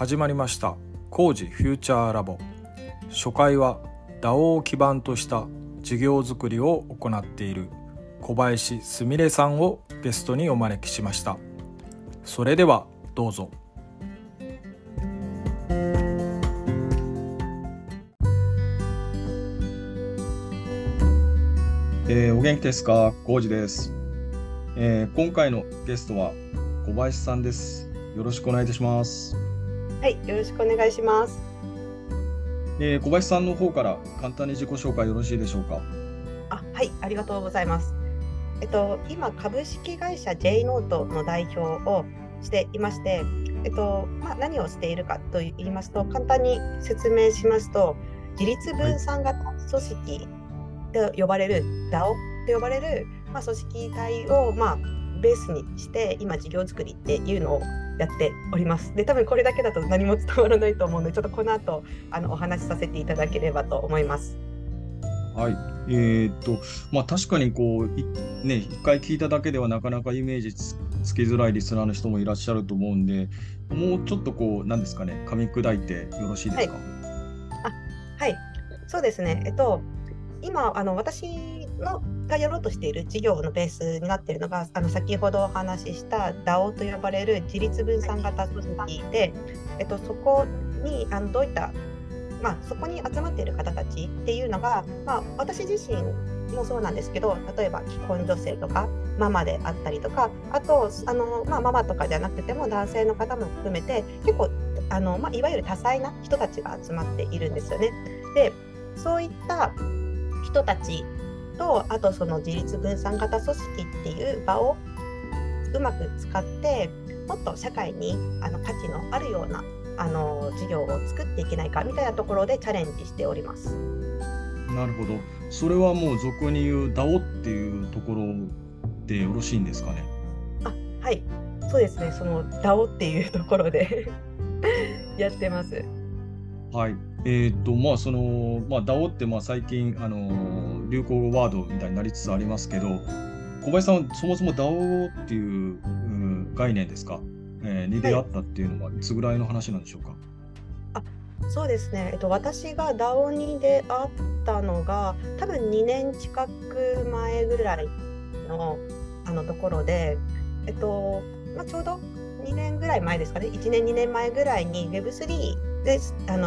始まりました工事フューチャーラボ。初回は DAO を基盤とした事業づくりを行っている小林すみれさんをゲストにお招きしました。それではどうぞ。お元気ですか？工事です。今回のゲストは小林さんです。よろしくお願いいたします。 はい、よろしくお願いします。 小林さんの方から簡単に自己紹介よろしいでしょうか？ はい、ありがとうございます。今、株式会社 J ノートの代表をしていまして、何をしているかと言いますと、簡単に説明しますと、自立分散型組織と呼ばれる DAO と呼ばれる、組織体を、ベースにして今事業作りっていうのをやっております。で、多分これだけだと何も伝わらないと思うので、ちょっとこの後お話しさせていただければと思います。 はい。確かに一回聞いただけではなかなかイメージつきづらいリスナーの人もいらっしゃると思うんで、もうちょっと何ですかね、噛み砕いてよろしいですか？ はい、そうですね。今私がやろうとしている事業のベースになっているのが、先ほどお話しした DAO と呼ばれる自立分散型組織で、そこにどういったそこに集まっている方たちっていうのが、私自身もそうなんですけど、例えば既婚女性とかママであったりとか、あとママとかじゃなくても男性の方も含めて結構いわゆる多彩な人たちが集まっているんですよね。で、そういった人たちと、あとその自立分散型組織っていう場をうまく使って、もっと社会に価値のあるような事業を作っていけないかみたいなところでチャレンジしております。 なるほど。それはもう俗に言う DAO っていうところでよろしいんですかね？ はい、そうですね。その DAO っていうところでやってます。 はい。DAO って最近流行語ワードみたいになりつつありますけど、小林さんはそもそも DAO っていう概念ですか？に出会ったっていうのはいつぐらいの話なんでしょうか？ そうですね。私が DAO に出会ったのが多分2年近く前ぐらいのところで、ちょうど2年ぐらい前ですかね。1年2年前ぐらいに Web3 で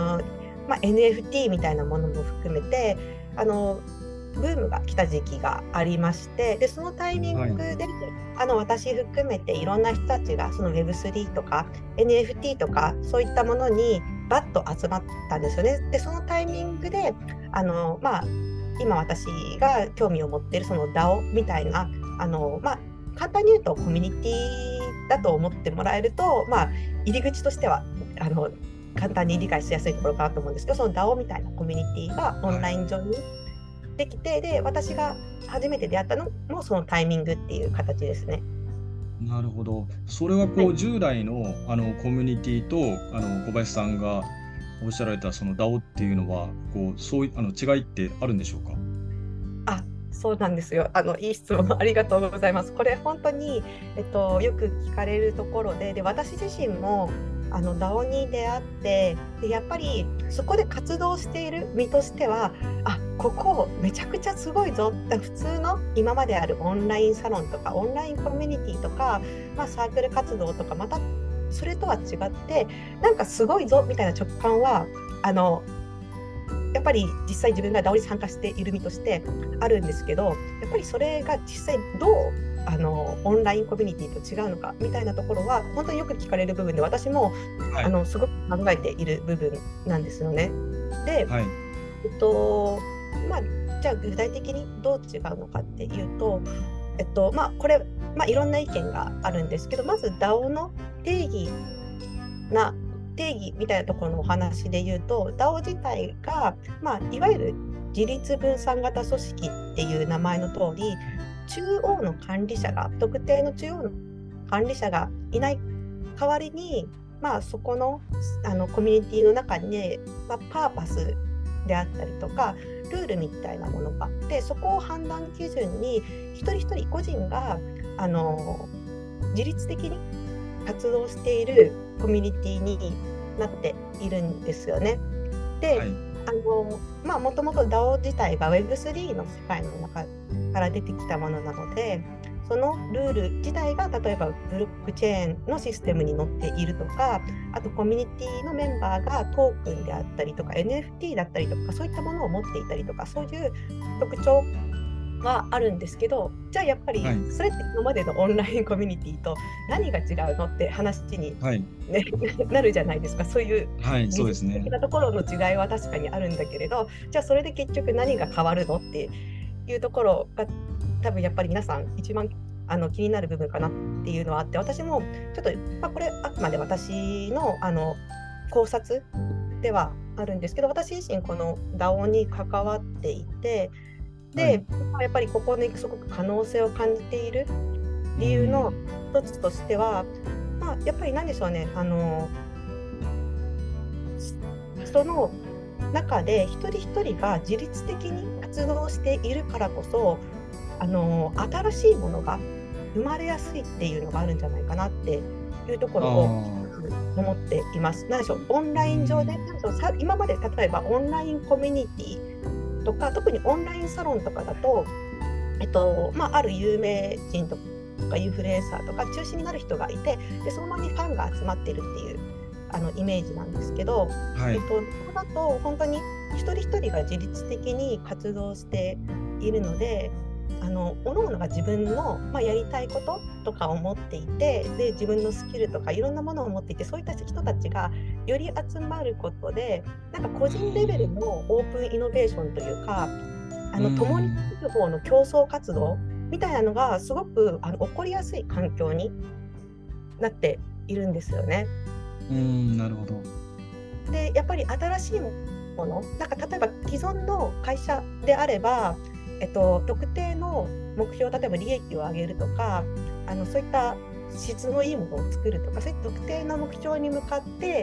NFT みたいなものも含めてブームが来た時期がありまして、でそのタイミングで、私含めていろんな人たちがその Web3 とか NFT とかそういったものにバッと集まったんですよね。でそのタイミングで今私が興味を持っているその DAO みたいな簡単に言うとコミュニティだと思ってもらえると、入り口としては簡単に理解しやすいところかなと思うんですけど、その DAO みたいなコミュニティがオンライン上にできて、で私が初めて出会ったのもそのタイミングっていう形ですね。 なるほど。それは従来のコミュニティと小林さんがおっしゃられたその DAO っていうのはそういう違いってあるんでしょうか？ そうなんですよ。いい質問ありがとうございます。これ本当に、よく聞かれるところで、私自身もDAO に出会って、でやっぱりそこで活動している身としては、ここめちゃくちゃすごいぞ。普通の今まであるオンラインサロンとかオンラインコミュニティとか、サークル活動とかまたそれとは違って、なんかすごいぞみたいな直感はやっぱり実際自分が DAO に参加している身としてあるんですけど、やっぱりそれが実際どうオンラインコミュニティと違うのかみたいなところは本当によく聞かれる部分で、私も、すごく考えている部分なんですよね。で、じゃあ具体的にどう違うのかっていうと、これ、いろんな意見があるんですけど、まず DAO の定義みたいなところのお話で言うと、 DAO 自体が、いわゆる自立分散型組織っていう名前の通り、特定の中央の管理者がいない代わりに、そこの、コミュニティの中に、パーパスであったりとかルールみたいなものがあって、そこを判断基準に一人一人個人が自律的に活動しているコミュニティになっているんですよね。で、 はい。 もともと DAO 自体が Web3 の世界の中から出てきたものなので、そのルール自体が例えばブロックチェーンのシステムに載っているとか、あとコミュニティのメンバーがトークンであったりとか NFT だったりとか、そういったものを持っていたりとか、そういう特徴があるんですけど、じゃあやっぱりはい。 それって今までのオンラインコミュニティと何が違うのって話に、 はい。 ね、なるじゃないですか。そういうはい。そう技術ですね。 的なところの違いは確かにあるんだけれど、じゃあそれで結局何が変わるのっていうところが多分やっぱり皆さん一番気になる部分かなっていうのはあって、私もちょっと、これあくまで私の考察ではあるんですけど、私自身この DAO に関わっていて、 はい。 で、やっぱりここにすごく可能性を感じているう理由のん。 一つとしては、やっぱり何でしょうね、その中で一人一人が自律的に活動しているからこそ、新しいものが生まれやすいっていうのがあるんじゃないかなっていうとこあろをあ。 思っています。何でしょう、オンうライン上で、 ん。 今まで例えばオンラインコミュニティとか、特にオンラインサロンとかだと、ある有名人とかインフルエンサーとか中心になる人がいて、でその場にファンが集まっているっていうイメージなんですけど、 はい。 ここだと本当に一人一人が自律的に活動しているので、各々が自分の、やりたいこととかを持っていて、で自分のスキルとかいろんなものを持っていて、そういった人たちがより集まることで、なんか個う人レベルん。 のオープンイノベーションというか、 う共にん。 作る方の競争活動みたいなのがすごく起こりやすい環境になっているんですよね。 うん。なるほど。 で、やっぱり新しいもの、なんか例えば既存の会社であれば、特定の目標、例えば利益を上げるとか、そういった質のいいものを作るとか、そういった特定の目標に向かって、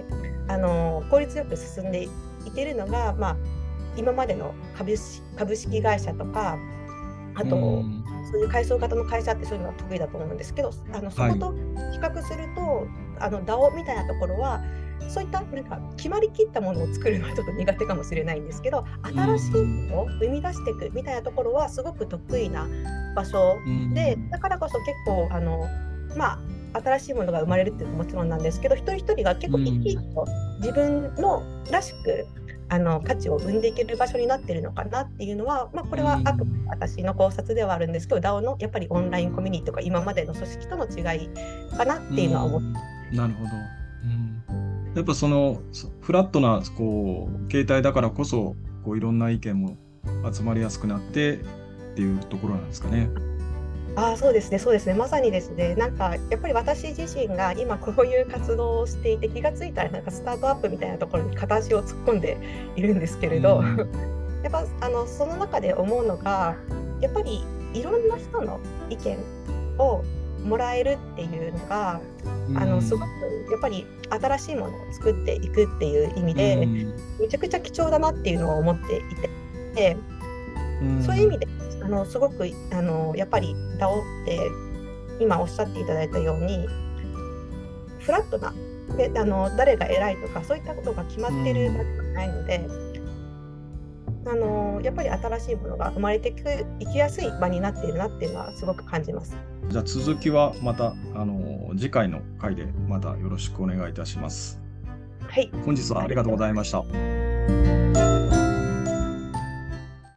効率よく進んでいけるのが、今までの株式会社とか、あうと、 ん。 そういう階層型の会社ってそういうのが得意だと思うんですけど、そはい。 こと比較すると、DAO みたいなところは、そういったなんか決まりきったものを作るのはちょっと苦手かもしれないんですけど、 う新しいん。 ものを生み出していくみたいなところはすごく得意な場所うで、 ん。 だからこそ結構新しいものが生まれるっていうのももちろんなんですけど、一人一人が結う構生き生ん。 きと自分のらしく価値を生んでいける場所になっているのかなっていうのは、こうれはあくまでん。 私の考察ではあるんですけど、DAO のやっぱりオンラインコミュニティとか今までの組織との違いかなっうていうのは思ってん。なるほど。うん。やっぱそのフラットな形態だからこそいろんな意見も集まりやすくなってっていうところなんですかね。 そうですね、そうですね、まさにですね、なんかやっぱり私自身が今こういう活動をしていて、気がついたらなんかスタートアップみたいなところに片足を突っ込んでいるんですけうれど、 ん。 やっぱその中で思うのが、やっぱりいろんな人の意見をもらえるっていうのが、 うすごくん。 やっぱり新しいものを作っていくっていう意味うで、 ん。 めちゃくちゃ貴重だなっていうのを思っていて、 うん。 そういう意味で、すごくやっぱり DAO って今おっしゃっていただいたように、フラットな、で誰が偉いとかそういったことが決まうっている場ん。 ではないので、やっぱり新しいものが生まれていきやすい場になっているなっていうのはすごく感じます。 じゃあ続きはまた次回の回でまたよろしくお願いいたします。 はい、 本日はありがとうごありがとうざいました。